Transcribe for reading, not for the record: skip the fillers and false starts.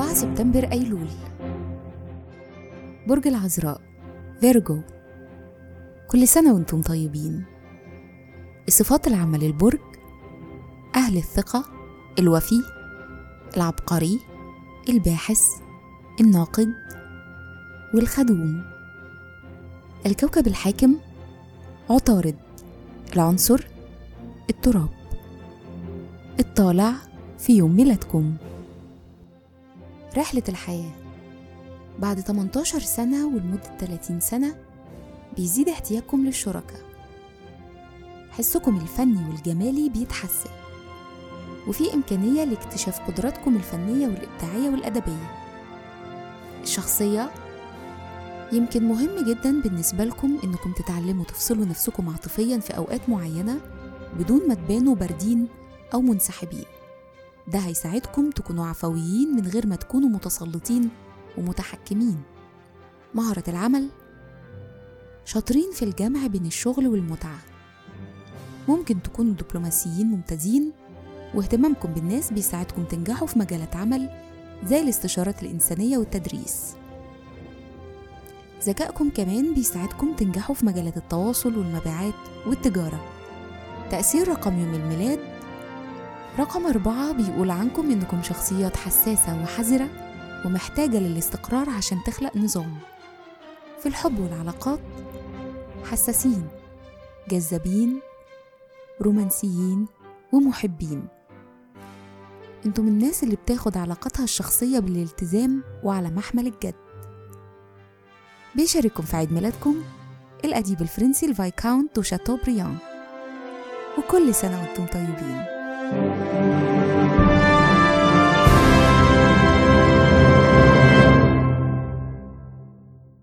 4 سبتمبر أيلول. برج العذراء فيرجو. كل سنة وانتم طيبين. الصفات العامة للبرج: أهل الثقة، الوفي، العبقري، الباحث، الناقد، والخدوم. الكوكب الحاكم: عطارد. العنصر: التراب. الطالع في يوم ميلادكم. رحلة الحياة: بعد 18 سنة ولمدة 30 سنة بيزيد احتياجكم للشركاء. حسكم الفني والجمالي بيتحسن، وفي إمكانية لاكتشاف قدراتكم الفنية والإبداعية والأدبية. الشخصية: يمكن مهم جدا بالنسبة لكم إنكم تتعلموا تفصلوا نفسكم عاطفيا في أوقات معينة بدون ما تبانوا باردين أو منسحبين. ده هيساعدكم تكونوا عفويين من غير ما تكونوا متسلطين ومتحكمين. مهارة العمل: شاطرين في الجمع بين الشغل والمتعة. ممكن تكونوا دبلوماسيين ممتازين، واهتمامكم بالناس بيساعدكم تنجحوا في مجالات عمل زي الاستشارات الإنسانية والتدريس. ذكائكم كمان بيساعدكم تنجحوا في مجالات التواصل والمبيعات والتجارة. تأثير رقم يوم الميلاد: رقم 4 بيقول عنكم إنكم شخصيات حساسة وحذرة ومحتاجة للاستقرار عشان تخلق نظام. في الحب والعلاقات: حساسين، جذابين، رومانسيين، ومحبين. انتم الناس اللي بتاخد علاقاتها الشخصية بالالتزام وعلى محمل الجد. بيشارككم في عيد ميلادكم الأديب الفرنسي الفايكاونت دو شاتوبريان. وكل سنة وانتم طيبين.